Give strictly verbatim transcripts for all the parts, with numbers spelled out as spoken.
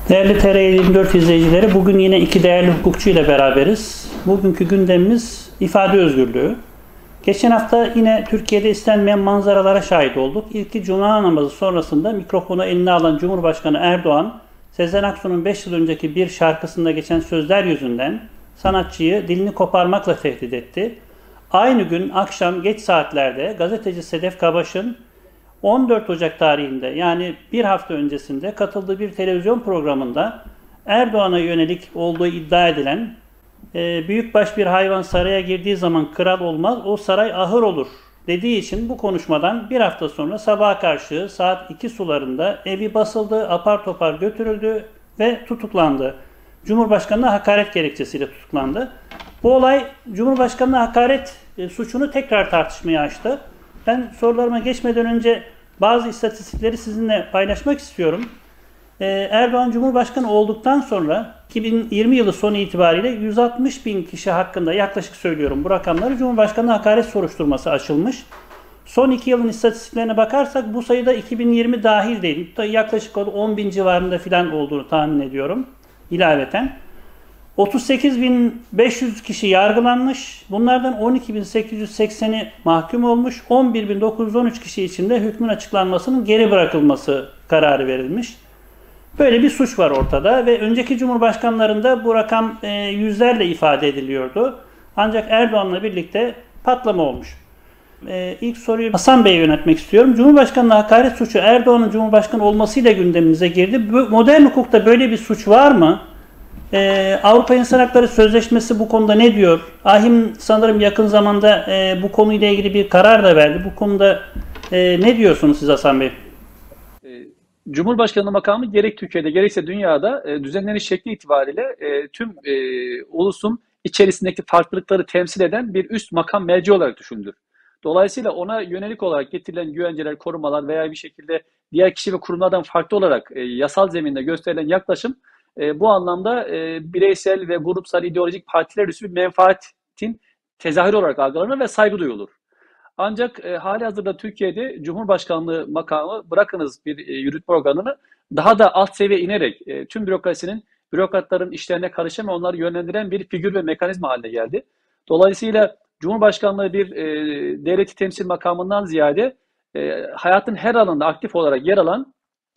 Değerli T R yirmi dört izleyicileri, bugün yine iki değerli hukukçu ile beraberiz. Bugünkü gündemimiz ifade özgürlüğü. Geçen hafta yine Türkiye'de istenmeyen manzaralara şahit olduk. İlki Cuma namazı sonrasında mikrofonu eline alan Cumhurbaşkanı Erdoğan, Sezen Aksu'nun beş yıl önceki bir şarkısında geçen sözler yüzünden sanatçıyı dilini koparmakla tehdit etti. Aynı gün akşam geç saatlerde gazeteci Sedef Kabaş'ın on dört Ocak tarihinde, yani bir hafta öncesinde katıldığı bir televizyon programında Erdoğan'a yönelik olduğu iddia edilen e, büyükbaş bir hayvan saraya girdiği zaman kral olmaz, o saray ahır olur dediği için bu konuşmadan bir hafta sonra sabaha karşı saat iki sularında evi basıldı, apar topar götürüldü ve tutuklandı. Cumhurbaşkanı'na hakaret gerekçesiyle tutuklandı. Bu olay Cumhurbaşkanı'na hakaret e, suçunu tekrar tartışmaya açtı. Ben sorularıma geçmeden önce bazı istatistikleri sizinle paylaşmak istiyorum. Ee, Erdoğan Cumhurbaşkanı olduktan sonra iki bin yirmi yılı sonu itibariyle yüz altmış bin kişi hakkında, yaklaşık söylüyorum bu rakamları, Cumhurbaşkanı hakaret soruşturması açılmış. Son iki yılın istatistiklerine bakarsak bu sayıda iki bin yirmi dahil değil. Yaklaşık on bin civarında filan olduğunu tahmin ediyorum ilaveten. otuz sekiz bin beş yüz kişi yargılanmış. Bunlardan on iki bin sekiz yüz sekseni mahkum olmuş. on bir bin dokuz yüz on üç kişi için de hükmün açıklanmasının geri bırakılması kararı verilmiş. Böyle bir suç var ortada ve önceki cumhurbaşkanlarında bu rakam e, yüzlerle ifade ediliyordu. Ancak Erdoğan'la birlikte patlama olmuş. E, ilk soruyu Hasan Bey'e yönetmek istiyorum. Cumhurbaşkanlığı hakaret suçu Erdoğan'ın cumhurbaşkanı olmasıyla gündemimize girdi. Bu, modern hukukta böyle bir suç var mı? Ee, Avrupa İnsan Hakları Sözleşmesi bu konuda ne diyor? Ahim sanırım yakın zamanda e, bu konuyla ilgili bir karar da verdi. Bu konuda e, ne diyorsunuz siz Hasan Bey? Cumhurbaşkanlığı makamı gerek Türkiye'de gerekse dünyada e, düzenleniş şekli itibariyle e, tüm e, ulusun içerisindeki farklılıkları temsil eden bir üst makam merci olarak düşünülür. Dolayısıyla ona yönelik olarak getirilen güvenceler, korumalar veya bir şekilde diğer kişi ve kurumlardan farklı olarak e, yasal zeminde gösterilen yaklaşım E, bu anlamda e, bireysel ve grupsal ideolojik partiler üstü bir menfaatin tezahürü olarak algılanır ve saygı duyulur. Ancak e, hali hazırda Türkiye'de Cumhurbaşkanlığı makamı, bırakınız bir e, yürütme organını, daha da alt seviye inerek e, tüm bürokrasinin, bürokratların işlerine karışan ve onları yönlendiren bir figür ve mekanizma haline geldi. Dolayısıyla Cumhurbaşkanlığı bir e, devleti temsil makamından ziyade e, hayatın her alanında aktif olarak yer alan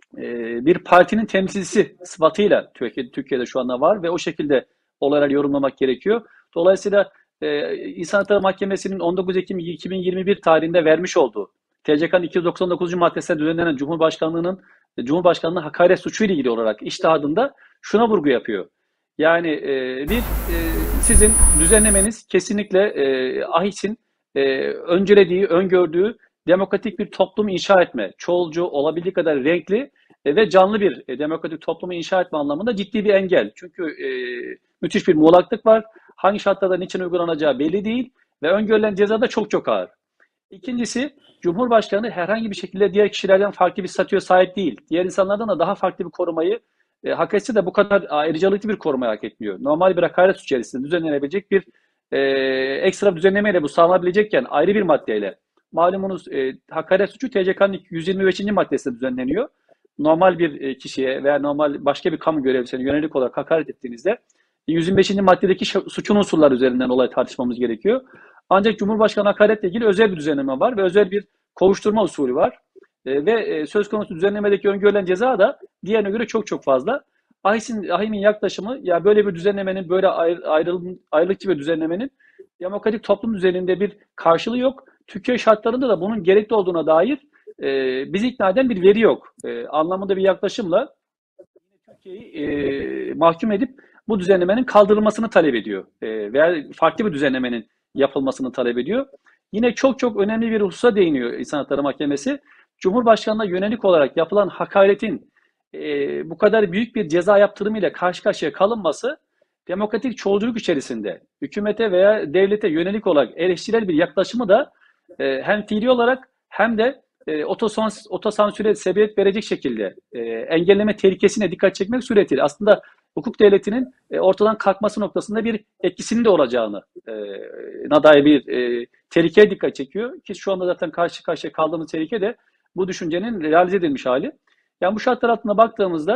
bir partinin temsilcisi sıfatıyla Türkiye, Türkiye'de şu anda var ve o şekilde olayları yorumlamak gerekiyor. Dolayısıyla e, İnsan Hakları Mahkemesi'nin on dokuz Ekim iki bin yirmi bir tarihinde vermiş olduğu T C K'nın iki yüz doksan dokuzuncu maddesine düzenlenen Cumhurbaşkanlığının Cumhurbaşkanlığı hakaret suçu ile ilgili olarak içtihadında şuna vurgu yapıyor. Yani e, bir e, sizin düzenlemeniz kesinlikle e, AİHS'in e, öncelediği, öngördüğü demokratik bir toplum inşa etme, çoğulcu, olabildiği kadar renkli ve canlı bir e, demokratik toplumu inşa etme anlamında ciddi bir engel. Çünkü e, müthiş bir muğlaklık var. Hangi şartlarda niçin uygulanacağı belli değil ve öngörülen ceza da çok çok ağır. İkincisi, Cumhurbaşkanı herhangi bir şekilde diğer kişilerden farklı bir statüye sahip değil. Diğer insanlardan da daha farklı bir korumayı e, hak etse de bu kadar ayrıcalıklı bir korumayı hak etmiyor. Normal bir hakaret suçu içerisinde düzenlenebilecek bir e, ekstra bir düzenlemeyle bu sağlanabilecekken ayrı bir maddeyle. Malumunuz e, hakaret suçu T C K'nın yüz yirmi beşinci maddesinde düzenleniyor. Normal bir kişiye veya normal başka bir kamu görevlisine yönelik olarak hakaret ettiğinizde yüz yirmi beşinci maddedeki suçun unsurları üzerinden olay tartışmamız gerekiyor. Ancak Cumhurbaşkanı hakaretle ilgili özel bir düzenleme var ve özel bir kovuşturma usulü var. E, ve e, söz konusu düzenlemedeki öngörülen ceza da diğerine göre çok çok fazla. AİHS'in, AİHM'in yaklaşımı, ya böyle bir düzenlemenin, böyle ayrı, ayrı, ayrılıkçı bir düzenlemenin demokratik toplum düzeninde bir karşılığı yok. Türkiye şartlarında da bunun gerekli olduğuna dair e, bizi ikna eden bir veri yok. E, anlamında bir yaklaşımla Türkiye'yi e, mahkum edip bu düzenlemenin kaldırılmasını talep ediyor. E, veya farklı bir düzenlemenin yapılmasını talep ediyor. Yine çok çok önemli bir hususa değiniyor İnsan Hakları Mahkemesi. Cumhurbaşkanına yönelik olarak yapılan hakaretin e, bu kadar büyük bir ceza yaptırımıyla karşı karşıya kalınması, demokratik çoğulculuk içerisinde hükümete veya devlete yönelik olarak eleştirel bir yaklaşımı da e, hem fiili olarak hem de e, otosansüre sebebiyet verecek şekilde e, engelleme tehlikesine dikkat çekmek suretiyle aslında hukuk devletinin e, ortadan kalkması noktasında bir etkisinin de olacağını e, dair bir e, tehlikeye dikkat çekiyor. Ki şu anda zaten karşı karşıya kaldığımız tehlike de bu düşüncenin realize edilmiş hali. Yani bu şartlar altında baktığımızda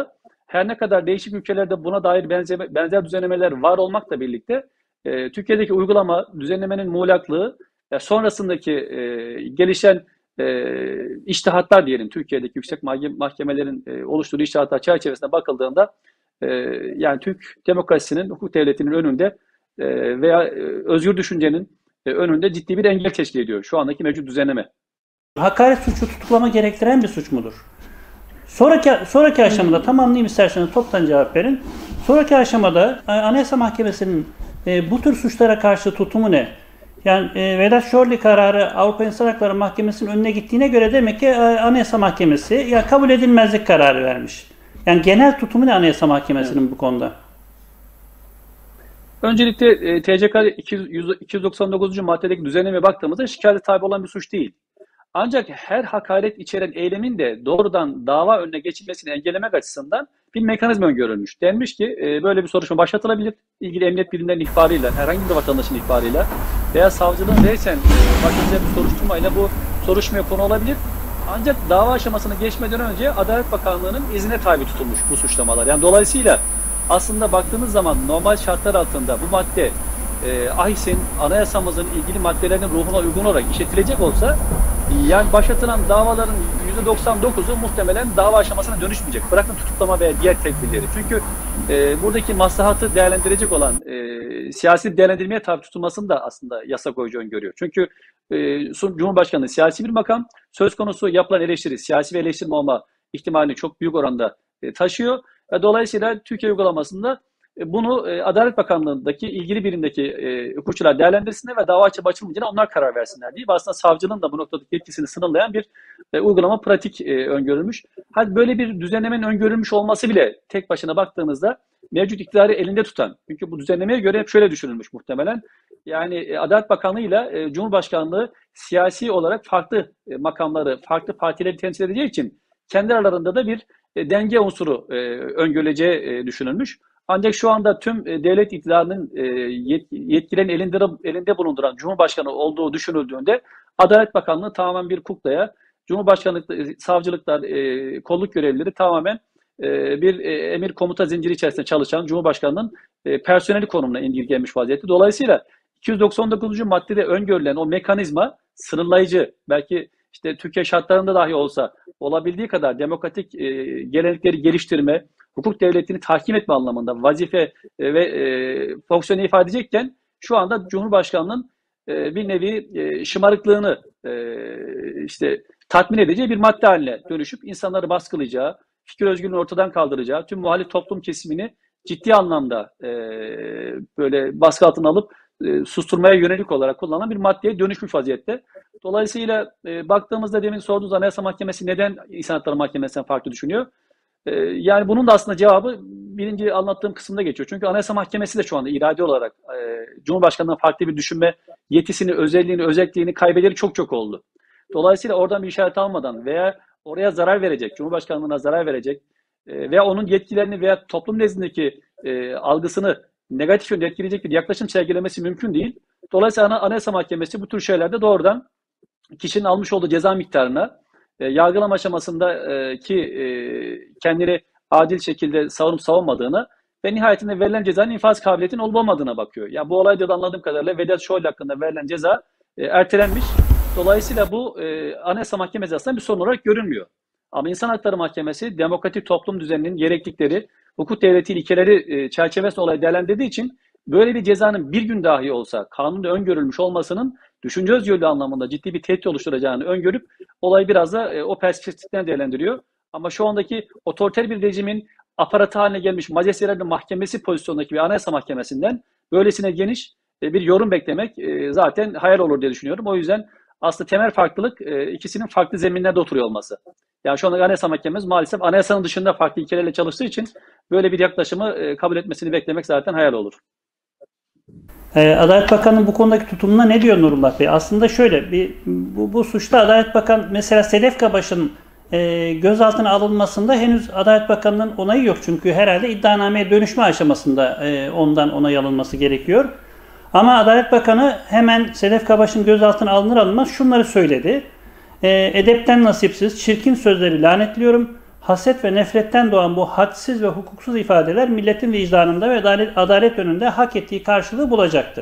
her ne kadar değişik ülkelerde buna dair benzer, benzer düzenlemeler var olmakla birlikte e, Türkiye'deki uygulama, düzenlemenin muğlaklığı ve sonrasındaki e, gelişen e, içtihatlar diyelim, Türkiye'deki yüksek mahkemelerin e, oluşturduğu içtihatlar çerçevesinde bakıldığında e, yani Türk demokrasisinin, hukuk devletinin önünde e, veya e, özgür düşüncenin e, önünde ciddi bir engel teşkil ediyor şu andaki mevcut düzenleme. Hakaret suçu tutuklama gerektiren bir suç mudur? Sonraki sonraki aşamada tamamlayayım isterseniz toptan cevap verin. Sonraki aşamada Anayasa Mahkemesi'nin e, bu tür suçlara karşı tutumu ne? Yani e, Vedat Şorli kararı Avrupa İnsan Hakları Mahkemesi'nin önüne gittiğine göre demek ki e, Anayasa Mahkemesi ya kabul edilmezlik kararı vermiş. Yani genel tutumu ne Anayasa Mahkemesi'nin evet. bu konuda? Öncelikle e, T C K iki yüz doksan dokuzuncu maddedeki düzenlemeye baktığımızda şikayete tabi olan bir suç değil. Ancak her hakaret içeren eylemin de doğrudan dava önüne geçilmesini engellemek açısından bir mekanizma öngörülmüş. Denmiş ki e, böyle bir soruşturma başlatılabilir. İlgili emniyet birimlerinin ihbarıyla, herhangi bir vatandaşın ihbarıyla veya savcılığın reysen e, başlatılan bir soruşturmayla bu soruşturmaya konu olabilir. Ancak dava aşamasını geçmeden önce Adalet Bakanlığı'nın izine tabi tutulmuş bu suçlamalar. Yani dolayısıyla aslında baktığınız zaman normal şartlar altında bu madde e, AİHS'in, anayasamızın ilgili maddelerinin ruhuna uygun olarak işletilecek olsa yani başlatılan davaların yüzde doksan dokuzu muhtemelen dava aşamasına dönüşmeyecek. Bırakın tutuklama veya diğer tedbirleri. Çünkü e, buradaki maslahatı değerlendirecek olan e, siyasi değerlendirmeye tabi tutulmasını da aslında yasa koyucu öngörüyor. Çünkü e, Cumhurbaşkanı siyasi bir makam, söz konusu yapılan eleştiri siyasi bir eleştirme olma ihtimalini çok büyük oranda e, taşıyor. Ve dolayısıyla Türkiye uygulamasında bunu e, Adalet Bakanlığı'ndaki ilgili birimdeki e, hukukçular değerlendirsinler ve dava açıp açılmayacağına onlar karar versinler diye. Aslında savcının da bu noktadaki yetkisini sınırlayan bir e, uygulama pratik e, öngörülmüş. Hadi böyle bir düzenlemenin öngörülmüş olması bile tek başına baktığınızda mevcut iktidarı elinde tutan. Çünkü bu düzenlemeye göre hep şöyle düşünülmüş muhtemelen. Yani e, Adalet Bakanlığı ile e, Cumhurbaşkanlığı siyasi olarak farklı e, makamları, farklı partileri temsil edeceği için kendi aralarında da bir e, denge unsuru e, öngörüleceği e, düşünülmüş. Ancak şu anda tüm e, devlet iktidarının e, yet, yetkilerini elinde, elinde bulunduran Cumhurbaşkanı olduğu düşünüldüğünde Adalet Bakanlığı tamamen bir kuklaya, Cumhurbaşkanlık, savcılıklar, e, kolluk görevlileri tamamen e, bir e, emir komuta zinciri içerisinde çalışan Cumhurbaşkanı'nın e, personeli konumuna indirgenmiş vaziyette. Dolayısıyla iki yüz doksan dokuzuncu maddede öngörülen o mekanizma sınırlayıcı, belki işte Türkiye şartlarında dahi olsa olabildiği kadar demokratik e, gelenekleri geliştirme, hukuk devletini tahkim etme anlamında vazife e, ve e, fonksiyonu ifade edecekken şu anda Cumhurbaşkanı'nın e, bir nevi e, şımarıklığını e, işte tatmin edeceği bir madde haline dönüşüp insanları baskılayacağı, fikir özgürlüğünü ortadan kaldıracağı, tüm muhalif toplum kesimini ciddi anlamda e, böyle baskı altına alıp e, susturmaya yönelik olarak kullanılan bir maddeye dönüşmüş vaziyette. Dolayısıyla e, baktığımızda demin sorduğunuz Anayasa Mahkemesi neden İnsan Hakları Mahkemesi'nden farklı düşünüyor? E, yani bunun da aslında cevabı birinci anlattığım kısımda geçiyor. Çünkü Anayasa Mahkemesi de şu anda iradi olarak e, Cumhurbaşkanı'ndan farklı bir düşünme yetisini, özelliğini, özelliğini kaybederi çok çok oldu. Dolayısıyla oradan bir işaret almadan veya oraya zarar verecek, Cumhurbaşkanlığına zarar verecek e, veya onun yetkilerini veya toplum nezdindeki e, algısını negatif yönde etkileyecek bir yaklaşım sergilemesi mümkün değil. Dolayısıyla Anayasa Mahkemesi bu tür şeylerde doğrudan kişinin almış olduğu ceza miktarına, e, yargılama aşamasında e, ki e, kendini adil şekilde savunup savunmadığına ve nihayetinde verilen cezanın infaz kabiliyetinin olup olmadığına bakıyor. Yani bu olayda da anladığım kadarıyla Vedat Şoylu hakkında verilen ceza e, ertelenmiş. Dolayısıyla bu e, Anayasa Mahkemesi aslında bir sorun olarak görünmüyor. Ama İnsan Hakları Mahkemesi demokratik toplum düzeninin gereklilikleri, hukuk devleti ilkeleri e, çerçevesinde olayı değerlendirdiği için böyle bir cezanın bir gün dahi olsa kanunda öngörülmüş olmasının düşünce özgürlüğü anlamında ciddi bir tehdit oluşturacağını öngörüp olayı biraz da e, o perspektiften değerlendiriyor. Ama şu andaki otoriter bir rejimin aparatı haline gelmiş majestelerinin mahkemesi pozisyonundaki bir Anayasa Mahkemesi'nden böylesine geniş e, bir yorum beklemek e, zaten hayal olur diye düşünüyorum. O yüzden aslında temel farklılık e, ikisinin farklı zeminlerde oturuyor olması. Yani şu anda Anayasa Mahkemesi maalesef anayasanın dışında farklı ilkelerle çalıştığı için böyle bir yaklaşımı e, kabul etmesini beklemek zaten hayal olur. Adalet Bakanı'nın bu konudaki tutumuna ne diyor Nurullah Bey? Aslında şöyle, bir, bu, bu suçta Adalet Bakanı, mesela Sedef Kabaş'ın e, gözaltına alınmasında henüz Adalet Bakanı'nın onayı yok. Çünkü herhalde iddianameye dönüşme aşamasında e, ondan onay alınması gerekiyor. Ama Adalet Bakanı hemen Sedef Kabaş'ın gözaltına alınır alınmaz şunları söyledi. E, edepten nasipsiz, çirkin sözleri lanetliyorum. haset ve nefretten doğan bu hadsiz ve hukuksuz ifadeler milletin vicdanında ve adalet, adalet önünde hak ettiği karşılığı bulacaktır.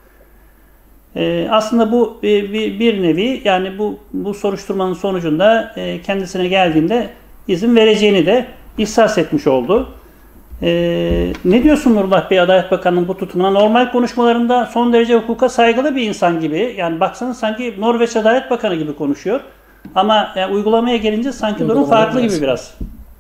Ee, aslında bu bir, bir, bir nevi, yani bu, bu soruşturmanın sonucunda e, kendisine geldiğinde izin vereceğini de ihsas etmiş oldu. Ee, ne diyorsun Nurullah Bey, Adalet Bakanı'nın bu tutumuna? Normal konuşmalarında son derece hukuka saygılı bir insan gibi, yani baksanız sanki Norveç Adalet Bakanı gibi konuşuyor. Ama yani uygulamaya gelince sanki durum farklı gibi biraz.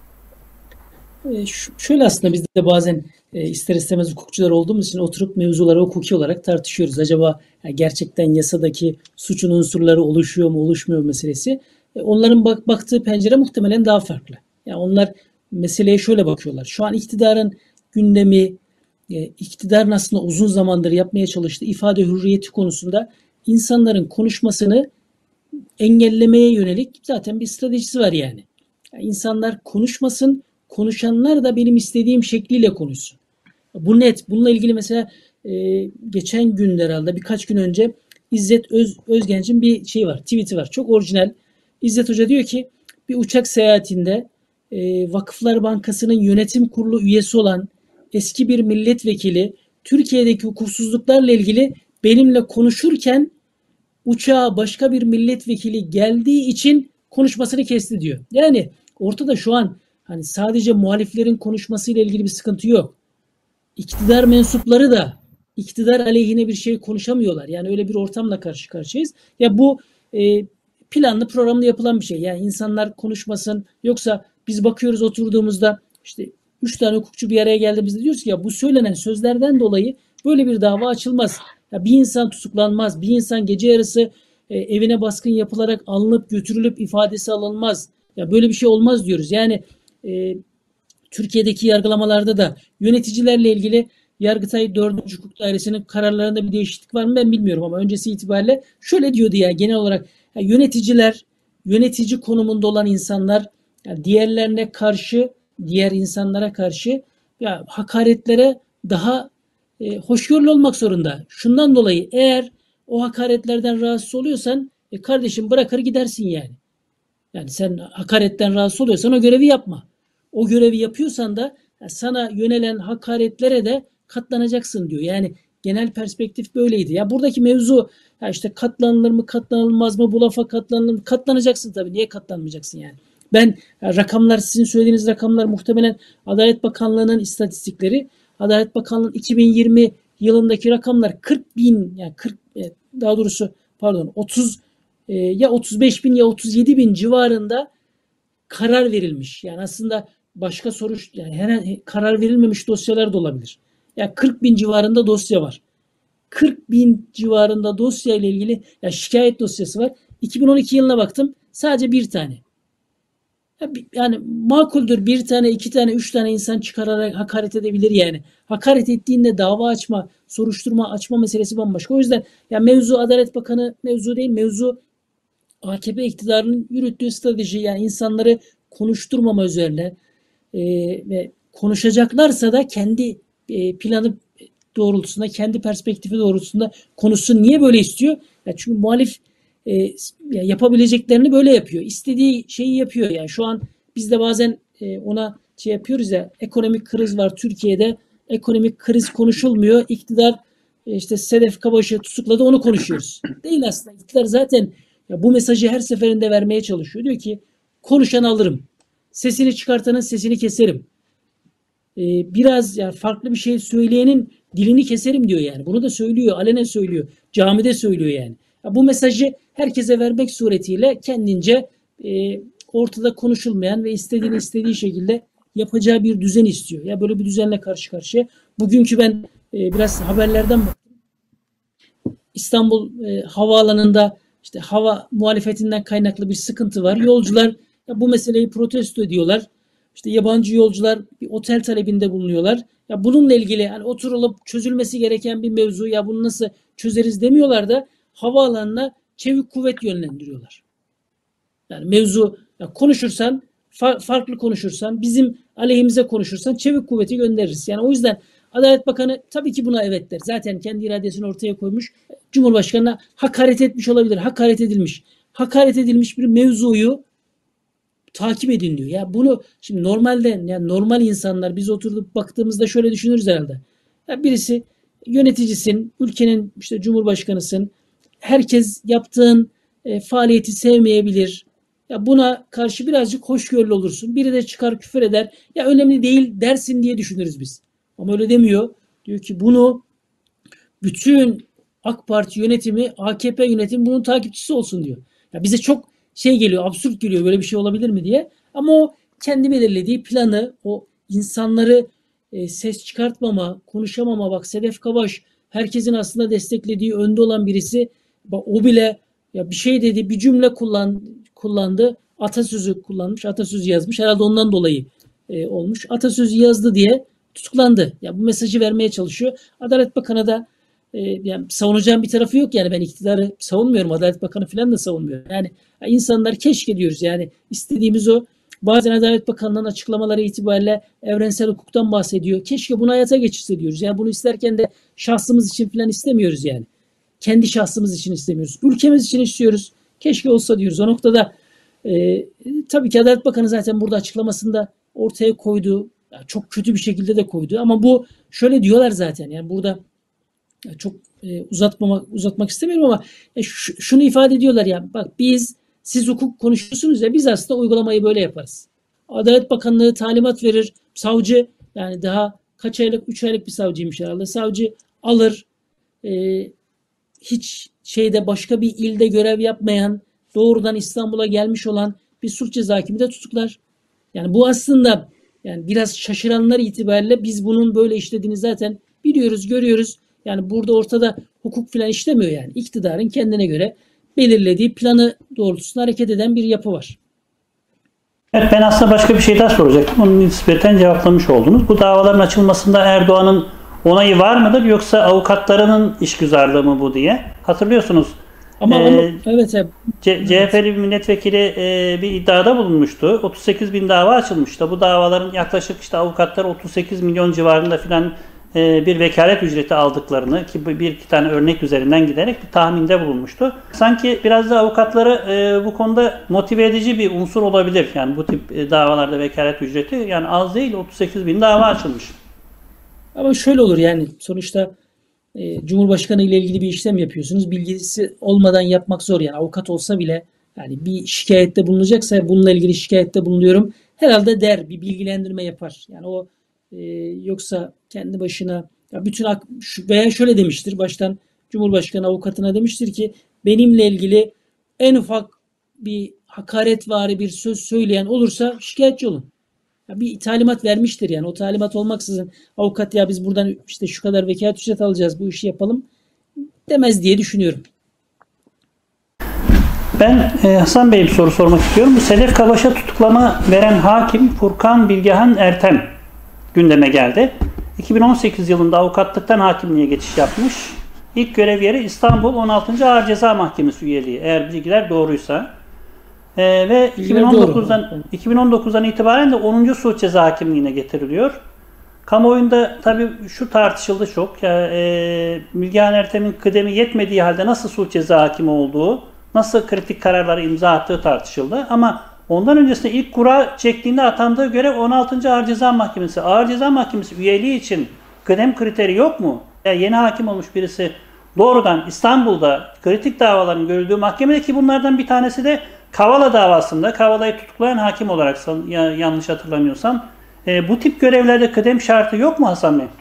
E, şöyle, aslında biz de bazen e, ister istemez hukukçular olduğumuz için oturup mevzuları hukuki olarak tartışıyoruz. Acaba yani gerçekten yasadaki suçun unsurları oluşuyor mu, oluşmuyor mu meselesi. E, onların bak, baktığı pencere muhtemelen daha farklı. Yani onlar meseleye şöyle bakıyorlar. Şu an iktidarın gündemi, e, iktidarın aslında uzun zamandır yapmaya çalıştığı ifade hürriyeti konusunda insanların konuşmasını engellemeye yönelik zaten bir stratejisi var yani. Yani insanlar konuşmasın, konuşanlar da benim istediğim şekliyle konuşsun. Bu net. Bununla ilgili mesela e, geçen gün herhalde birkaç gün önce İzzet Öz, Özgenç'in bir şeyi var, tweet'i var. Çok orijinal. İzzet Hoca diyor ki bir uçak seyahatinde e, Vakıflar Bankası'nın yönetim kurulu üyesi olan eski bir milletvekili Türkiye'deki hukuksuzluklarla ilgili benimle konuşurken uçağa başka bir milletvekili geldiği için konuşmasını kesti diyor. Yani ortada şu an hani sadece muhaliflerin konuşmasıyla ilgili bir sıkıntı yok. İktidar mensupları da iktidar aleyhine bir şey konuşamıyorlar. Yani öyle bir ortamla karşı karşıyayız. Ya bu e, planlı programlı yapılan bir şey. Yani insanlar konuşmasın. Yoksa biz bakıyoruz oturduğumuzda işte üç tane hukukçu bir araya geldiğimizde diyoruz ki ya bu söylenen sözlerden dolayı böyle bir dava açılmaz. Ya bir insan tutuklanmaz. Bir insan gece yarısı e, evine baskın yapılarak alınıp götürülüp ifadesi alınmaz. Ya böyle bir şey olmaz diyoruz. Yani e, Türkiye'deki yargılamalarda da yöneticilerle ilgili Yargıtay dördüncü Hukuk Dairesi'nin kararlarında bir değişiklik var mı ben bilmiyorum ama öncesi itibariyle şöyle diyordu ya genel olarak ya yöneticiler, yönetici konumunda olan insanlar ya diğerlerine karşı, diğer insanlara karşı ya hakaretlere daha e, hoşgörülü olmak zorunda. Şundan dolayı eğer o hakaretlerden rahatsız oluyorsan e, kardeşim bırakır gidersin yani. Yani sen hakaretten rahatsız oluyorsan o görevi yapma. O görevi yapıyorsan da sana yönelen hakaretlere de katlanacaksın diyor. Yani genel perspektif böyleydi. Ya buradaki mevzu ya işte katlanılır mı katlanılmaz mı bu lafa katlanılır mı? Katlanacaksın tabii. Niye katlanmayacaksın yani? Ben ya rakamlar sizin söylediğiniz rakamlar muhtemelen Adalet Bakanlığı'nın istatistikleri. Adalet Bakanlığı'nın iki bin yirmi yılındaki rakamlar kırk bin yani kırk daha doğrusu pardon otuz ya otuz beş bin ya otuz yedi bin civarında karar verilmiş. Yani aslında başka soru yani her karar verilmemiş dosyalar da olabilir. Ya yani kırk bin civarında dosya var. kırk bin civarında dosya ile ilgili ya şikayet dosyası var. iki bin on iki yılına baktım. Sadece bir tane. Yani makuldür bir tane, iki tane, üç tane insan çıkararak hakaret edebilir yani. Hakaret ettiğinde dava açma, soruşturma açma meselesi bambaşka. O yüzden ya mevzu Adalet Bakanı mevzu değil, mevzu A K P iktidarının yürüttüğü strateji yani insanları konuşturmama üzerine e, ve konuşacaklarsa da kendi e, planı doğrultusunda, kendi perspektifi doğrultusunda konuşsun. Niye böyle istiyor? Ya çünkü muhalif e, ya yapabileceklerini böyle yapıyor. İstediği şeyi yapıyor. Yani şu an biz de bazen e, ona şey yapıyoruz ya ekonomik kriz var Türkiye'de. Ekonomik kriz konuşulmuyor. İktidar e, işte Sedef Kabaş'ı tutukladı onu konuşuyoruz. Değil aslında. İktidar zaten ya bu mesajı her seferinde vermeye çalışıyor. Diyor ki konuşanı alırım. Sesini çıkartanın sesini keserim. Ee, biraz yani farklı bir şey söyleyenin dilini keserim diyor yani. Bunu da söylüyor. Alenen söylüyor. Camide söylüyor yani. Ya bu mesajı herkese vermek suretiyle kendince e, ortada konuşulmayan ve istediğini istediği şekilde yapacağı bir düzen istiyor. Ya böyle bir düzenle karşı karşıya. Bugünkü ben e, biraz haberlerden baktım. İstanbul e, havaalanında İşte hava muhalefetinden kaynaklı bir sıkıntı var. Yolcular ya bu meseleyi protesto ediyorlar. İşte yabancı yolcular bir otel talebinde bulunuyorlar. Ya bununla ilgili hani oturulup çözülmesi gereken bir mevzu ya bunu nasıl çözeriz demiyorlar da havaalanına çevik kuvvet yönlendiriyorlar. Yani mevzu ya konuşursan fa- farklı konuşursan bizim aleyhimize konuşursan çevik kuvveti göndeririz. Yani o yüzden Adalet Bakanı tabii ki buna evet der. Zaten kendi iradesini ortaya koymuş. Cumhurbaşkanına hakaret etmiş olabilir. Hakaret edilmiş. Hakaret edilmiş bir mevzuyu takip edin diyor. Ya bunu şimdi normalde yani normal insanlar biz oturup baktığımızda şöyle düşünürüz herhalde. Ya birisi yöneticisin, ülkenin işte cumhurbaşkanısın. Herkes yaptığın e, faaliyeti sevmeyebilir. Ya buna karşı birazcık hoşgörülü olursun. Biri de çıkar küfür eder. Ya önemli değil dersin diye düşünürüz biz. Ama öyle demiyor. Diyor ki bunu bütün AK Parti yönetimi, A K P yönetimi bunun takipçisi olsun diyor. Ya bize çok şey geliyor, absürt geliyor böyle bir şey olabilir mi diye. Ama o kendi belirlediği planı, o insanları e, ses çıkartmama, konuşamama, bak Sedef Kabaş herkesin aslında desteklediği, önde olan birisi. Bak o bile ya bir şey dedi, bir cümle kullan, kullandı. Atasözü kullanmış, atasözü yazmış. Herhalde ondan dolayı e, olmuş. Atasözü yazdı diye tutuklandı. Ya bu mesajı vermeye çalışıyor. Adalet Bakanı da e, yani savunacağım bir tarafı yok yani ben iktidarı savunmuyorum. Adalet Bakanı falan da savunmuyorum. Yani ya insanlar keşke diyoruz yani istediğimiz o. Bazen Adalet Bakanlığı'nın açıklamaları itibariyle evrensel hukuktan bahsediyor. Keşke bunu hayata geçirse diyoruz. Yani bunu isterken de şahsımız için falan istemiyoruz yani. Kendi şahsımız için istemiyoruz. Ülkemiz için istiyoruz. Keşke olsa diyoruz. O noktada e, tabii ki Adalet Bakanı zaten burada açıklamasında ortaya koydu. Çok kötü bir şekilde de koydu. Ama bu şöyle diyorlar zaten. Yani burada çok e, uzatmamak uzatmak istemiyorum ama e, ş- şunu ifade ediyorlar ya. Bak biz siz hukuk konuşuyorsunuz ya biz aslında uygulamayı böyle yaparız. Adalet Bakanlığı talimat verir. Savcı yani daha kaç aylık üç aylık bir savcıymış herhalde. Savcı alır e, hiç şeyde başka bir ilde görev yapmayan doğrudan İstanbul'a gelmiş olan bir suç ceza hakimi de tutuklar. Yani bu aslında yani biraz şaşıranlar itibariyle biz bunun böyle işlediğini zaten biliyoruz, görüyoruz. Yani burada ortada hukuk falan işlemiyor yani. İktidarın kendine göre belirlediği planı doğrultusunda hareket eden bir yapı var. Evet, ben aslında başka bir şey daha soracaktım. Onun nispeten cevaplamış oldunuz. Bu davaların açılmasında Erdoğan'ın onayı var mıdır yoksa avukatlarının işgüzarlığı mı bu diye? Hatırlıyorsunuz. Ama Ee, onu, evet, evet. C- CHP'li bir milletvekili e, bir iddiada bulunmuştu. otuz sekiz bin dava açılmıştı. Bu davaların yaklaşık işte avukatlar otuz sekiz milyon civarında filan e, bir vekalet ücreti aldıklarını ki bir iki tane örnek üzerinden giderek bir tahminde bulunmuştu. Sanki biraz da avukatları e, bu konuda motive edici bir unsur olabilir. Yani bu tip e, davalarda vekalet ücreti yani az değil otuz sekiz bin dava açılmış. Ama şöyle olur yani sonuçta e, Cumhurbaşkanı ile ilgili bir işlem yapıyorsunuz. Bilgisi olmadan yapmak zor yani avukat olsa bile yani bir şikayette bulunacaksa bununla ilgili şikayette bulunuyorum. Herhalde der bir bilgilendirme yapar. Yani o e, yoksa kendi başına ya bütün hak, veya şöyle demiştir baştan Cumhurbaşkanı avukatına demiştir ki benimle ilgili en ufak bir hakaretvari bir söz söyleyen olursa şikayetçi olun. Ya bir talimat vermiştir yani o talimat olmaksızın avukat ya biz buradan işte şu kadar vekalet ücret alacağız bu işi yapalım demez diye düşünüyorum. Ben e, Hasan Bey'e bir soru sormak istiyorum. Bu Sedef Kabaş'a tutuklama veren hakim Furkan Bilgehan Ertem gündeme geldi. iki bin on sekiz yılında avukatlıktan hakimliğe geçiş yapmış. İlk görev yeri İstanbul on altıncı Ağır Ceza Mahkemesi üyeliği eğer bilgiler doğruysa. Ee, ve iki bin on dokuzdan, iki bin on dokuzdan itibaren de onuncu Suç Ceza Hakimliğine getiriliyor. Kamuoyunda tabii şu tartışıldı çok. Yani, e, Bilgehan Ertem'in kıdemi yetmediği halde nasıl suç ceza hakimi olduğu, nasıl kritik kararları imza attığı tartışıldı. Ama ondan öncesinde ilk kura çektiğinde atandığı görev on altıncı Ağır Ceza Mahkemesi. Ağır Ceza Mahkemesi üyeliği için kıdem kriteri yok mu? Yani yeni hakim olmuş birisi doğrudan İstanbul'da kritik davaların görüldüğü mahkemede ki bunlardan bir tanesi de Kavala davasında Kavala'yı tutuklayan hakim olarak yanlış hatırlamıyorsam e, bu tip görevlerde kıdem şartı yok mu Hasan Bey?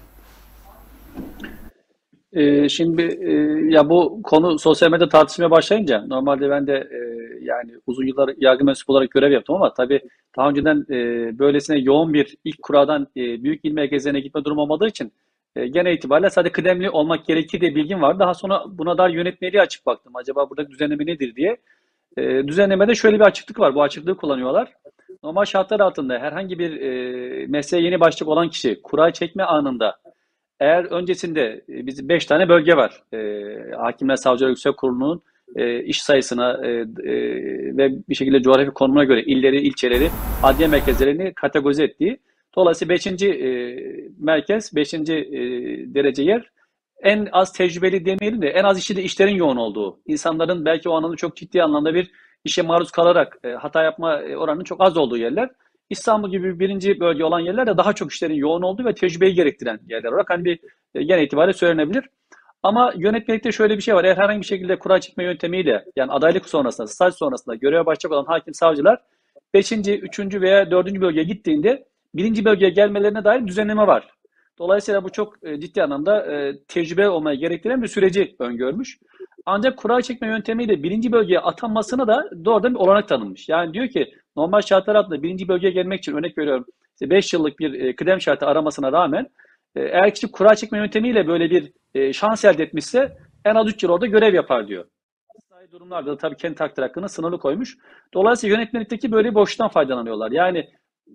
Ee, şimdi e, ya bu konu sosyal medyada tartışmaya başlayınca normalde ben de e, yani uzun yıllar yargı mensubu olarak görev yaptım ama tabii daha önceden e, böylesine yoğun bir ilk kuradan e, büyük il merkezlerine gitme durum olmadığı için e, genel itibariyle sadece kıdemli olmak gerekir diye bilgim var. Daha sonra buna dair yönetmeliğe açıp baktım. Acaba burada düzenleme nedir diye. E, düzenlemede şöyle bir açıklık var. Bu açıklığı kullanıyorlar. Normal şartlar altında herhangi bir e, mesleğe yeni başlayacak olan kişi kura çekme anında eğer öncesinde e, bizim beş tane bölge var. E, Hakimler Savcılar Yüksek Kurulu'nun e, iş sayısına e, e, ve bir şekilde coğrafi konumuna göre illeri, ilçeleri, adliye merkezlerini kategorize ettiği. Dolayısıyla beşinci E, merkez, beşinci E, derece yer en az tecrübeli demeyelim de en az işi de işlerin yoğun olduğu. İnsanların belki o anlamda çok ciddi anlamda bir işe maruz kalarak e, hata yapma e, oranının çok az olduğu yerler. İstanbul gibi birinci bölge olan yerler de daha çok işlerin yoğun olduğu ve tecrübeyi gerektiren yerler olarak hani bir e, genel itibariyle söylenebilir. Ama yönetmelikte şöyle bir şey var. Eğer herhangi bir şekilde kura çekme yöntemiyle yani adaylık sonrasında, staj sonrasında göreve başlayacak olan hakim savcılar beşinci, üçüncü veya dördüncü bölgeye gittiğinde birinci bölgeye gelmelerine dair düzenleme var. Dolayısıyla bu çok e, ciddi anlamda e, tecrübe olmaya gerektiren bir süreci öngörmüş. Ancak kura çekme yöntemiyle birinci bölgeye atanmasına da doğrudan bir olanak tanınmış. Yani diyor ki normal şartlar altında birinci bölgeye gelmek için örnek veriyorum işte beş yıllık bir e, kıdem şartı aramasına rağmen e, eğer kişi kura çekme yöntemiyle böyle bir e, şans elde etmişse en az üç yıl orada görev yapar diyor. İstisnai durumlarda da tabii kendi takdir hakkını sınırlı koymuş. Dolayısıyla yönetmelikteki böyle bir boşluktan faydalanıyorlar. Yani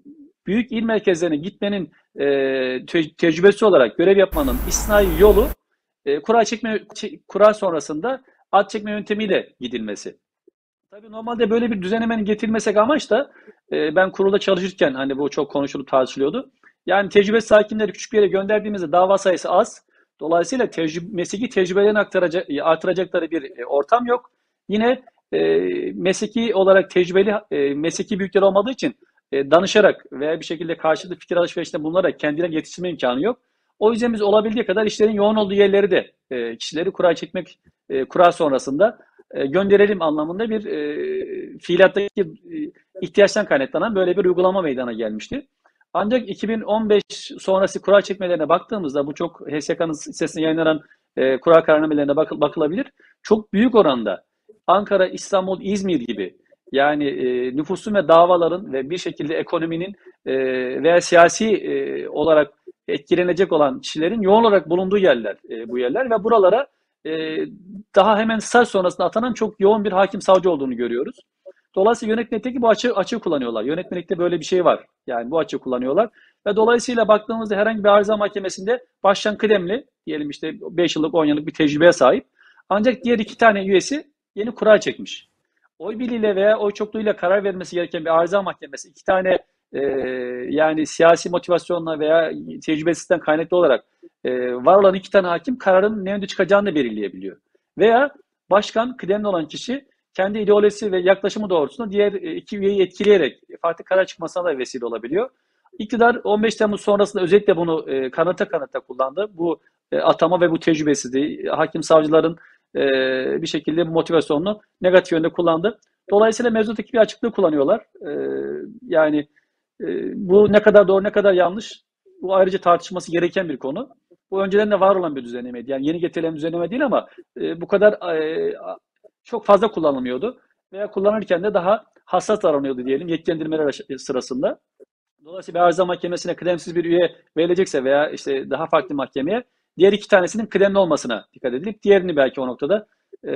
büyük il merkezlerine gitmenin e, te- tecrübesi olarak görev yapmanın istisnai yolu e, kura çekme kura sonrasında ad çekme yöntemiyle gidilmesi. Tabii normalde böyle bir düzenlemenin getirilmesi amaç da e, ben kurulda çalışırken hani bu çok konuşulup tartışılıyordu. Yani tecrübesiz hakimleri küçük bir yere gönderdiğimizde dava sayısı az. Dolayısıyla tecrübe, mesleki tecrübelerini aktaracak, artıracakları bir e, ortam yok. Yine e, mesleki olarak tecrübeli e, mesleki büyükler olmadığı için e, danışarak veya bir şekilde karşılıklı fikir alışverişinde bulunarak kendilerine yetiştirme imkanı yok. O yüzden biz olabildiği kadar işlerin yoğun olduğu yerleri de e, kişileri kura çekmek, e, kura sonrasında e, gönderelim anlamında bir e, fiiliyattaki e, ihtiyaçtan kaynaklanan böyle bir uygulama meydana gelmişti. Ancak iki bin on beş sonrası kura çekmelerine baktığımızda bu çok H S K'nın sitesinde yayınlanan e, kura kararnamelerine bakıl, bakılabilir. Çok büyük oranda Ankara, İstanbul, İzmir gibi yani e, nüfusun ve davaların ve bir şekilde ekonominin e, veya siyasi e, olarak etkilenecek olan kişilerin yoğun olarak bulunduğu yerler e, bu yerler ve buralara e, daha hemen staj sonrasında atanan çok yoğun bir hakim savcı olduğunu görüyoruz. Dolayısıyla yönetmelikteki bu açığı, açığı kullanıyorlar. Yönetmelikte böyle bir şey var. Yani bu açığı kullanıyorlar. Ve dolayısıyla baktığımızda herhangi bir arıza mahkemesinde başkan kıdemli, diyelim işte beş yıllık on yıllık bir tecrübeye sahip. Ancak diğer iki tane üyesi yeni kura çekmiş. Oy birliğiyle veya oy çokluğuyla karar vermesi gereken bir arıza mahkemesi iki tane e, yani siyasi motivasyonla veya tecrübesizlikten kaynaklı olarak e, var olan iki tane hakim kararın ne yönde çıkacağını belirleyebiliyor. Veya başkan kıdemli olan kişi kendi ideolojisi ve yaklaşımı doğrultusunda diğer iki üyeyi etkileyerek farklı karar çıkmasına da vesile olabiliyor. İktidar on beş Temmuz sonrasında özellikle bunu e, kanıta kanıta kullandı. Bu e, atama ve bu tecrübesizliği hakim savcıların e, bir şekilde bu motivasyonunu negatif yönde kullandı. Dolayısıyla mevzuttaki bir açıklığı kullanıyorlar. E, yani e, bu ne kadar doğru ne kadar yanlış bu ayrıca tartışılması gereken bir konu. Bu önceden de var olan bir düzenlemeydi. Yani yeni getirilen düzenleme değil ama e, bu kadar e, çok fazla kullanılmıyordu. Veya kullanırken de daha hassas aranıyordu diyelim yetkilendirmeler sırasında. Dolayısıyla bir arıza mahkemesine kıdemsiz bir üye verilecekse veya işte daha farklı mahkemeye diğer iki tanesinin kıdemli olmasına dikkat edilip diğerini belki o noktada e,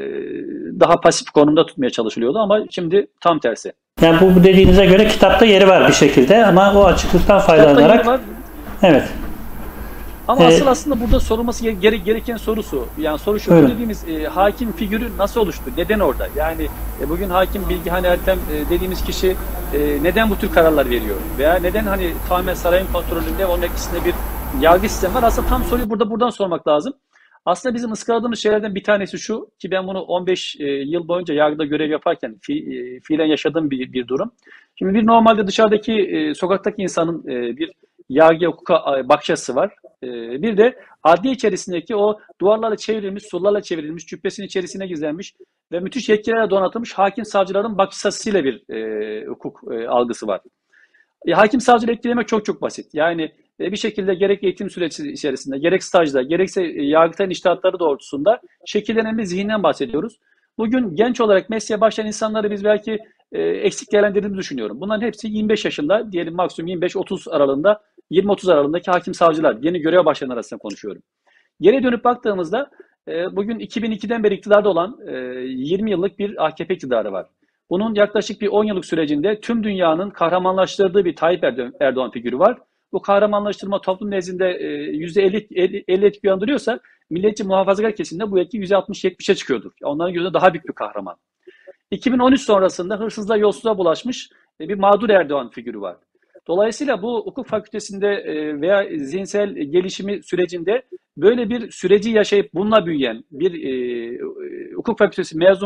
daha pasif konumda tutmaya çalışılıyordu ama şimdi tam tersi. Yani bu dediğinize göre kitapta yeri var bir şekilde ama o açıklıktan faydalanarak evet. Ama ee, asıl aslında burada sorulması gere gereken sorusu. Yani soru şu, öyle. dediğimiz e, hakim figürü nasıl oluştu? Neden orada? Yani e, bugün hakim Bilgehan Ertem e, dediğimiz kişi e, neden bu tür kararlar veriyor? Veya neden hani tamamen sarayın kontrolünde onun etkisinde bir yargı sistemi var? Aslında tam soruyu burada buradan sormak lazım. Aslında bizim ıskaladığımız şeylerden bir tanesi şu ki ben bunu on beş e, yıl boyunca yargıda görev yaparken fi, e, fiilen yaşadığım bir, bir durum. Şimdi bir normalde dışarıdaki e, sokaktaki insanın e, bir yargı hukuka bakış açısı var. Bir de adliye içerisindeki o duvarlarla çevrilmiş, surlarla çevrilmiş, cübbesinin içerisine gizlenmiş ve müthiş yetkilerle donatılmış hakim savcıların bakış açısıyla bir e, hukuk e, algısı var. E, hakim savcıları etkilemek çok çok basit. Yani e, bir şekilde gerek eğitim süreci içerisinde, gerek stajda, gerekse e, yargıtayın içtihatları doğrultusunda şekillenen bir zihinden bahsediyoruz. Bugün genç olarak mesleğe başlayan insanları biz belki e, eksik değerlendirdiğimizi düşünüyorum. Bunların hepsi yirmi beş yaşında, diyelim maksimum yirmi beş otuz aralığında, yirmi otuz aralığındaki hakim savcılar, yeni göreve başlayan arasında konuşuyorum. Geriye dönüp baktığımızda e, bugün iki bin ikiden beri iktidarda olan e, yirmi yıllık bir A K P iktidarı var. Bunun yaklaşık bir on yıllık sürecinde tüm dünyanın kahramanlaştırdığı bir Tayyip Erdoğan figürü var. Bu kahramanlaştırma toplum nezdinde e, yüzde elli etki uyandırıyorsa milliyetçi muhafazakar kesimde bu etki yüzde altmış yetmişe çıkıyordur. Onların gözünde daha büyük bir kahraman. iki bin on üç sonrasında hırsızlığa, yolsuzluğa bulaşmış e, bir mağdur Erdoğan figürü var. Dolayısıyla bu hukuk fakültesinde e, veya zihinsel gelişimi sürecinde böyle bir süreci yaşayıp bununla büyüyen bir e, hukuk fakültesi mezununun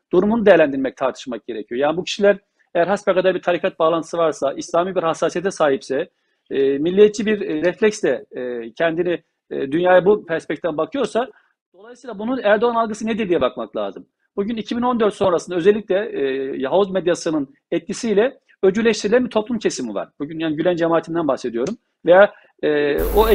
durumunu değerlendirmek, tartışmak gerekiyor. Yani bu kişiler eğer hasbelkader bir tarikat bağlantısı varsa, İslami bir hassasiyete sahipse, e, milliyetçi bir e, refleksle e, kendini e, dünyaya bu perspektiften bakıyorsa, dolayısıyla bunun Erdoğan algısı nedir diye bakmak lazım. Bugün iki bin on dört sonrasında özellikle e, Yahuz medyasının etkisiyle öcüleştirilen bir toplum kesimi var. Bugün yani Gülen cemaatinden bahsediyorum. Veya e, o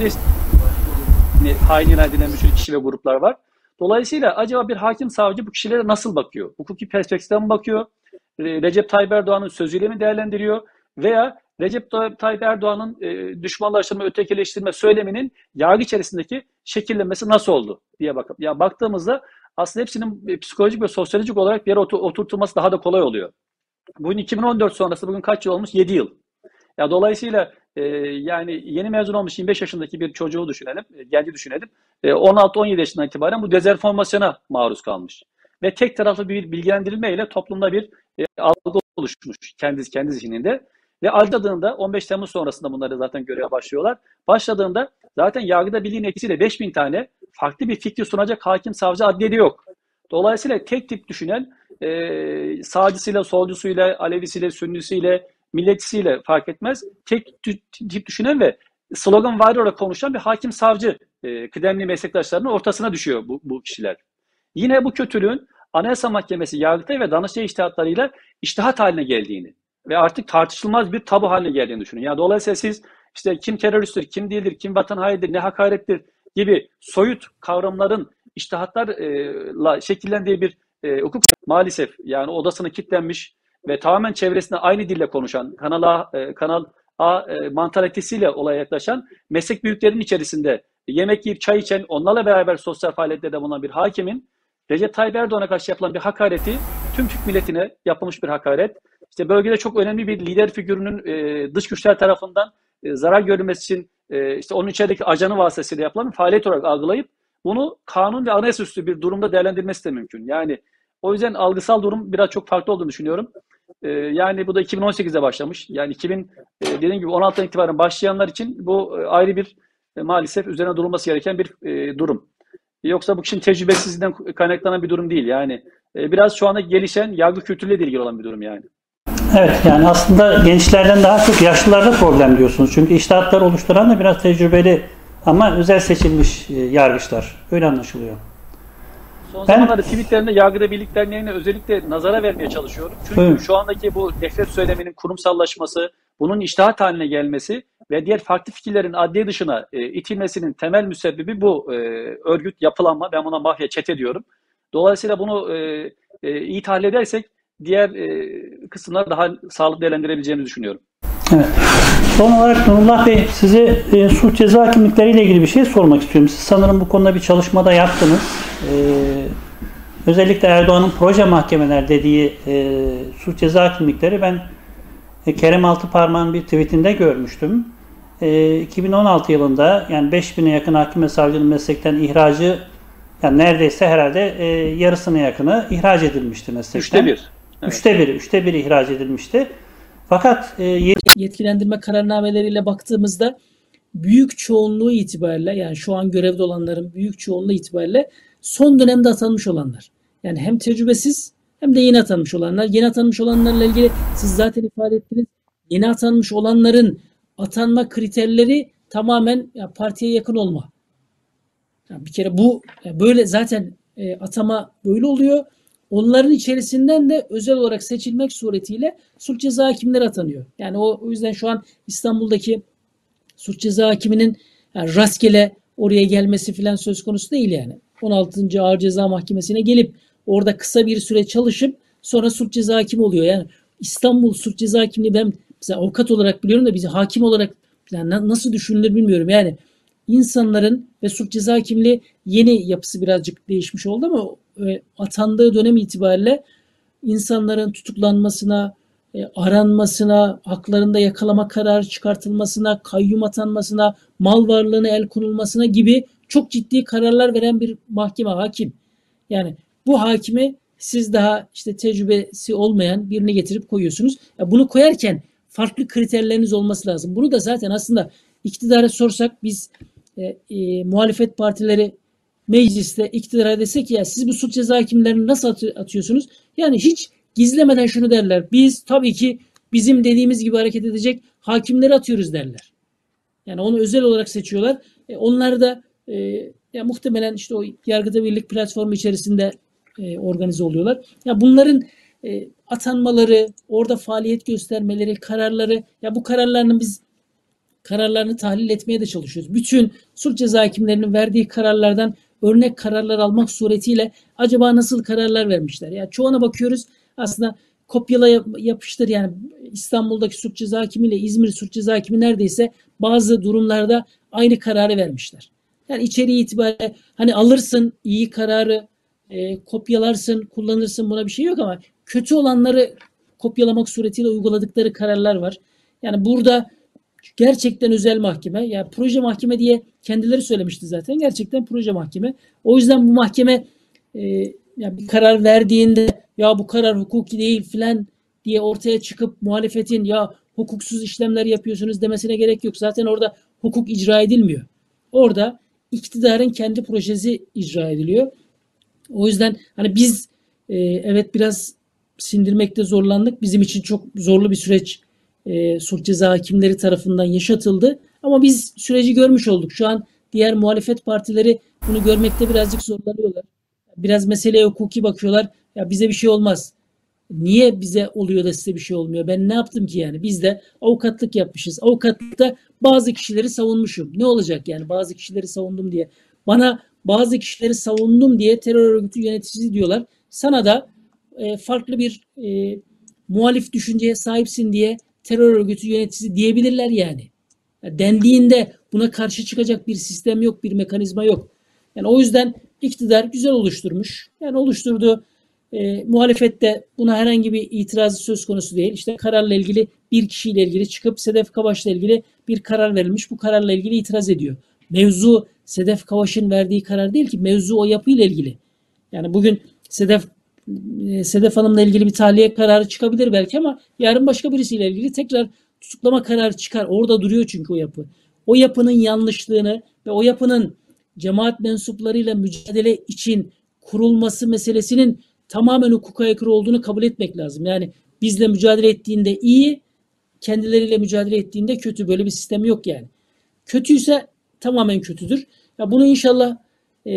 öcüleştirilme hain ilan edilen bir sürü kişi ve gruplar var. Dolayısıyla acaba bir hakim savcı bu kişilere nasıl bakıyor? Hukuki perspektiften mi bakıyor? Recep Tayyip Erdoğan'ın sözüyle mi değerlendiriyor? Veya Recep Tayyip Erdoğan'ın e, düşmanlaştırma, ötekileştirme söyleminin yargı içerisindeki şekillenmesi nasıl oldu diye bakıp ya baktığımızda aslında hepsinin psikolojik ve sosyolojik olarak bir yere oturtulması daha da kolay oluyor. Bugün iki bin on dört sonrası bugün kaç yıl olmuş? yedi yıl. Ya dolayısıyla e, yani yeni mezun olmuş yirmi beş yaşındaki bir çocuğu düşünelim, genci düşünelim. E, on altı on yedi yaşından itibaren bu dezenformasyona maruz kalmış. Ve tek taraflı bir bilgilendirilmeyle toplumda bir e, algı oluşmuş kendi, kendi zihninde. Ve başladığında on beş Temmuz sonrasında bunları zaten göreve başlıyorlar. Başladığında zaten yargıda birliğin etkisiyle beş bin tane farklı bir fikri sunacak hakim, savcı, adliyede yok. Dolayısıyla tek tip düşünen e, sağcısıyla, solcusuyla, Alevisiyle, Sünnisiyle, milletçisiyle fark etmez. Tek tip düşünen ve slogan var olarak konuşan bir hakim, savcı e, kıdemli meslektaşlarının ortasına düşüyor bu, bu kişiler. Yine bu kötülüğün Anayasa Mahkemesi, Yargıtay ve Danıştay içtihatlarıyla içtihat haline geldiğini ve artık tartışılmaz bir tabu haline geldiğini düşünün. Yani dolayısıyla siz işte kim teröristtir, kim değildir, kim vatan hainidir, ne hakarettir gibi soyut kavramların içtihatlarla şekillendiği bir e, hukuk maalesef yani odasını kilitlenmiş ve tamamen çevresinde aynı dille konuşan, Kanal A, e, Kanal A e, mantalitesiyle olaya yaklaşan meslek büyüklerinin içerisinde yemek yiyip çay içen, onlarla beraber sosyal faaliyetlerde bulunan bir hakimin Recep Tayyip Erdoğan'a karşı yapılan bir hakareti, tüm Türk milletine yapılmış bir hakaret, işte bölgede çok önemli bir lider figürünün e, dış güçler tarafından e, zarar görülmesi için e, işte onun içerideki ajanı vasıtasıyla yapılan bir faaliyet olarak algılayıp bunu kanun ve anayasa üstü bir durumda değerlendirmesi de mümkün. Yani o yüzden algısal durum biraz çok farklı olduğunu düşünüyorum. E, yani bu da iki bin on sekizde başlamış. Yani iki bin e, dediğim gibi on altıdan itibaren başlayanlar için bu e, ayrı bir e, maalesef üzerine durulması gereken bir e, durum. Yoksa bu kişinin tecrübesizliğinden kaynaklanan bir durum değil. Yani e, biraz şu anda gelişen yargı kültürüyle ilgili olan bir durum yani. Evet, yani aslında gençlerden daha çok yaşlılarda problem diyorsunuz. Çünkü içtihatları oluşturan da biraz tecrübeli ama özel seçilmiş yargıçlar. Öyle anlaşılıyor. Son ben, zamanlarda tweetlerinde Yargıda Birlik Derneği'ne özellikle nazara vermeye çalışıyorum. Çünkü evet, şu andaki bu nefret söyleminin kurumsallaşması, bunun içtihat haline gelmesi ve diğer farklı fikirlerin adliye dışına e, itilmesinin temel müsebbibi bu e, örgüt, yapılanma. Ben buna mafya, çete diyorum. Dolayısıyla bunu e, e, iyi tahlil edersek diğer e, kısımları daha sağlıklı değerlendirebileceğimizi düşünüyorum. Evet. Son olarak Nurullah Bey, size e, suç ceza kimlikleriyle ilgili bir şey sormak istiyorum. Siz sanırım bu konuda bir çalışmada yaptınız. E, özellikle Erdoğan'ın proje mahkemeler dediği e, suç ceza kimlikleri ben e, Kerem Altıparmak'ın bir tweetinde görmüştüm. E, iki bin on altı yılında yani beş bine yakın hakim ve savcının meslekten ihracı, yani neredeyse herhalde e, yarısına yakını ihraç edilmişti meslekten. Üçte bir. Evet. Üçte biri, üçte biri ihraç edilmişti. Fakat e, yetkilendirme kararnameleriyle baktığımızda büyük çoğunluğu itibariyle, yani şu an görevde olanların büyük çoğunluğu itibariyle son dönemde atanmış olanlar. Yani hem tecrübesiz hem de yeni atanmış olanlar. Yeni atanmış olanlarla ilgili siz zaten ifade ettiniz. Yeni atanmış olanların atanma kriterleri tamamen ya, partiye yakın olma. Yani bir kere bu böyle zaten e, atama böyle oluyor. Onların içerisinden de özel olarak seçilmek suretiyle suç ceza hakimleri atanıyor. Yani o, o yüzden şu an İstanbul'daki suç ceza hakiminin yani rastgele oraya gelmesi falan söz konusu değil yani. on altıncı Ağır Ceza Mahkemesi'ne gelip orada kısa bir süre çalışıp sonra suç ceza hakimi oluyor. Yani İstanbul suç ceza hakimliği ben mesela avukat olarak biliyorum da bizi hakim olarak yani nasıl düşünülür bilmiyorum. Yani insanların ve suç ceza hakimliği yeni yapısı birazcık değişmiş oldu ama e, atandığı dönem itibariyle insanların tutuklanmasına, e, aranmasına, haklarında yakalama kararı çıkartılmasına, kayyum atanmasına, mal varlığına el konulmasına gibi çok ciddi kararlar veren bir mahkeme, hakim. Yani bu hakimi siz daha işte tecrübesi olmayan birini getirip koyuyorsunuz. Ya bunu koyarken farklı kriterleriniz olması lazım. Bunu da zaten aslında iktidara sorsak biz e, e, muhalefet partileri mecliste iktidara dese ki ya siz bu suç ceza hakimlerini nasıl atıyorsunuz? Yani hiç gizlemeden şunu derler. Biz tabii ki bizim dediğimiz gibi hareket edecek hakimleri atıyoruz derler. Yani onu özel olarak seçiyorlar. E, onlar da e, ya muhtemelen işte o Yargıda Birlik platformu içerisinde e, organize oluyorlar. Ya bunların e, atanmaları, orada faaliyet göstermeleri, kararları, ya bu kararlarının biz kararlarını tahlil etmeye de çalışıyoruz. Bütün sulh ceza hakimlerinin verdiği kararlardan örnek kararlar almak suretiyle acaba nasıl kararlar vermişler? Yani çoğuna bakıyoruz aslında kopyala yapıştır, yani İstanbul'daki suç ceza hakimiyle İzmir suç ceza hakimi neredeyse bazı durumlarda aynı kararı vermişler. Yani içeriği itibariyle hani alırsın iyi kararı, e, kopyalarsın, kullanırsın, buna bir şey yok ama kötü olanları kopyalamak suretiyle uyguladıkları kararlar var. Yani burada gerçekten özel mahkeme, ya yani proje mahkeme diye kendileri söylemişti zaten. Gerçekten proje mahkeme. O yüzden bu mahkeme e, yani bir karar verdiğinde ya bu karar hukuki değil filan diye ortaya çıkıp muhalefetin ya hukuksuz işlemler yapıyorsunuz demesine gerek yok. Zaten orada hukuk icra edilmiyor. Orada iktidarın kendi projesi icra ediliyor. O yüzden hani biz e, evet biraz sindirmekte zorlandık. Bizim için çok zorlu bir süreç e, sulh ceza hakimleri tarafından yaşatıldı. Ama biz süreci görmüş olduk. Şu an diğer muhalefet partileri bunu görmekte birazcık zorlanıyorlar. Biraz meseleye hukuki bakıyorlar. Ya bize bir şey olmaz. Niye bize oluyor da size bir şey olmuyor? Ben ne yaptım ki yani? Biz de avukatlık yapmışız. Avukatlıkta bazı kişileri savunmuşum. Ne olacak yani bazı kişileri savundum diye? Bana bazı kişileri savundum diye terör örgütü yöneticisi diyorlar. Sana da e, farklı bir e, muhalif düşünceye sahipsin diye terör örgütü yöneticisi diyebilirler yani. Ya dendiğinde buna karşı çıkacak bir sistem yok, bir mekanizma yok. Yani o yüzden iktidar güzel oluşturmuş. Yani oluşturduğu e, muhalefette buna herhangi bir itirazı söz konusu değil. İşte kararla ilgili bir kişiyle ilgili çıkıp Sedef Kabaş'la ilgili bir karar verilmiş. Bu kararla ilgili itiraz ediyor. Mevzu Sedef Kabaş'ın verdiği karar değil ki. Mevzu o yapıyla ilgili. Yani bugün Sedef Sedef Hanım'la ilgili bir tahliye kararı çıkabilir belki ama yarın başka birisiyle ilgili tekrar tutuklama kararı çıkar. Orada duruyor çünkü o yapı. O yapının yanlışlığını ve o yapının cemaat mensuplarıyla mücadele için kurulması meselesinin tamamen hukuka aykırı olduğunu kabul etmek lazım. Yani bizle mücadele ettiğinde iyi, kendileriyle mücadele ettiğinde kötü. Böyle bir sistem yok yani. Kötüyse tamamen kötüdür. Ya bunu inşallah e,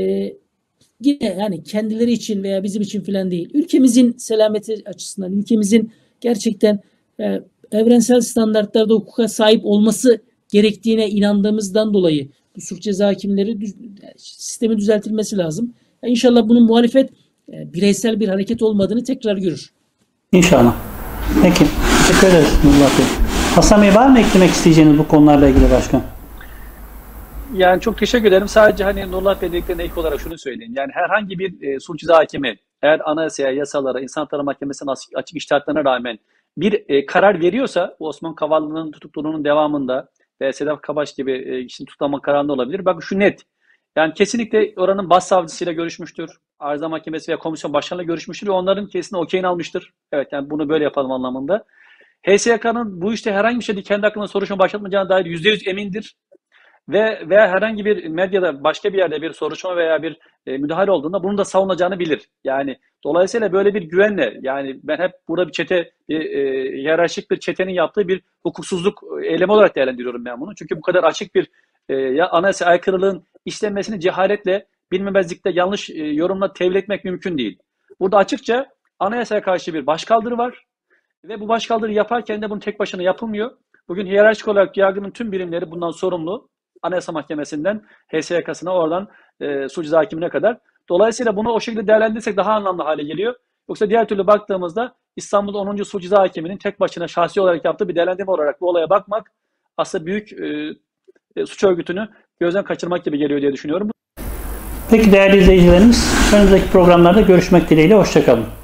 yine yani kendileri için veya bizim için filan değil. Ülkemizin selameti açısından, ülkemizin gerçekten e, evrensel standartlarda hukuka sahip olması gerektiğine inandığımızdan dolayı bu sulh ceza hakimleri düz, sistemi düzeltilmesi lazım. Yani İnşallah bunun muhalefet e, bireysel bir hareket olmadığını tekrar görür. İnşallah. Peki. Teşekkür ederiz Nurullah Bey. Hasan Bey, var mı eklemek isteyeceğiniz bu konularla ilgili başkan? Yani çok teşekkür ederim. Sadece hani Nurullah Bey dediklerine ek olarak şunu söyleyeyim. Yani herhangi bir e, sulh ceza hakimi eğer anayasaya, yasalara, İnsan Hakları Mahkemesi'nin açık, açık iştahatlarına rağmen bir e, karar veriyorsa Osman Kavallı'nın tutukluluğunun devamında ve Sedef Kabaş gibi e, kişinin tutuklama kararında olabilir. Bakın şu net. Yani kesinlikle oranın başsavcısıyla görüşmüştür. Arıza Mahkemesi veya komisyon başkanıyla görüşmüştür ve onların kesin okeyini almıştır. Evet, yani bunu böyle yapalım anlamında. H S Y K'nın bu işte herhangi bir şeyde kendi hakkında soruşturma başlatmayacağına dair yüzde yüz emindir. Ve veya herhangi bir medyada başka bir yerde bir soruşturma veya bir e, müdahale olduğunda bunu da savunacağını bilir. Yani dolayısıyla böyle bir güvenle, yani ben hep burada bir çete, bir e, hiyerarşik bir çetenin yaptığı bir hukuksuzluk eylemi olarak değerlendiriyorum ben bunu. Çünkü bu kadar açık bir e, ya anayasa aykırılığın işlenmesini cehaletle, bilmemezlikte, yanlış e, yorumla tevil etmek mümkün değil. Burada açıkça anayasaya karşı bir başkaldırı var ve bu başkaldırı yaparken de bunu tek başına yapılmıyor. Bugün hiyerarşik olarak yargının tüm birimleri bundan sorumlu. Anayasa Mahkemesi'nden H S Y K'sına, oradan e, sulh ceza hakimine kadar. Dolayısıyla bunu o şekilde değerlendirirsek daha anlamlı hale geliyor. Yoksa diğer türlü baktığımızda İstanbul onuncu Sulh Ceza Hakimi'nin tek başına şahsi olarak yaptığı bir değerlendirme olarak bu olaya bakmak aslında büyük e, e, suç örgütünü gözden kaçırmak gibi geliyor diye düşünüyorum. Peki değerli izleyicilerimiz, önümüzdeki programlarda görüşmek dileğiyle. Hoşça kalın.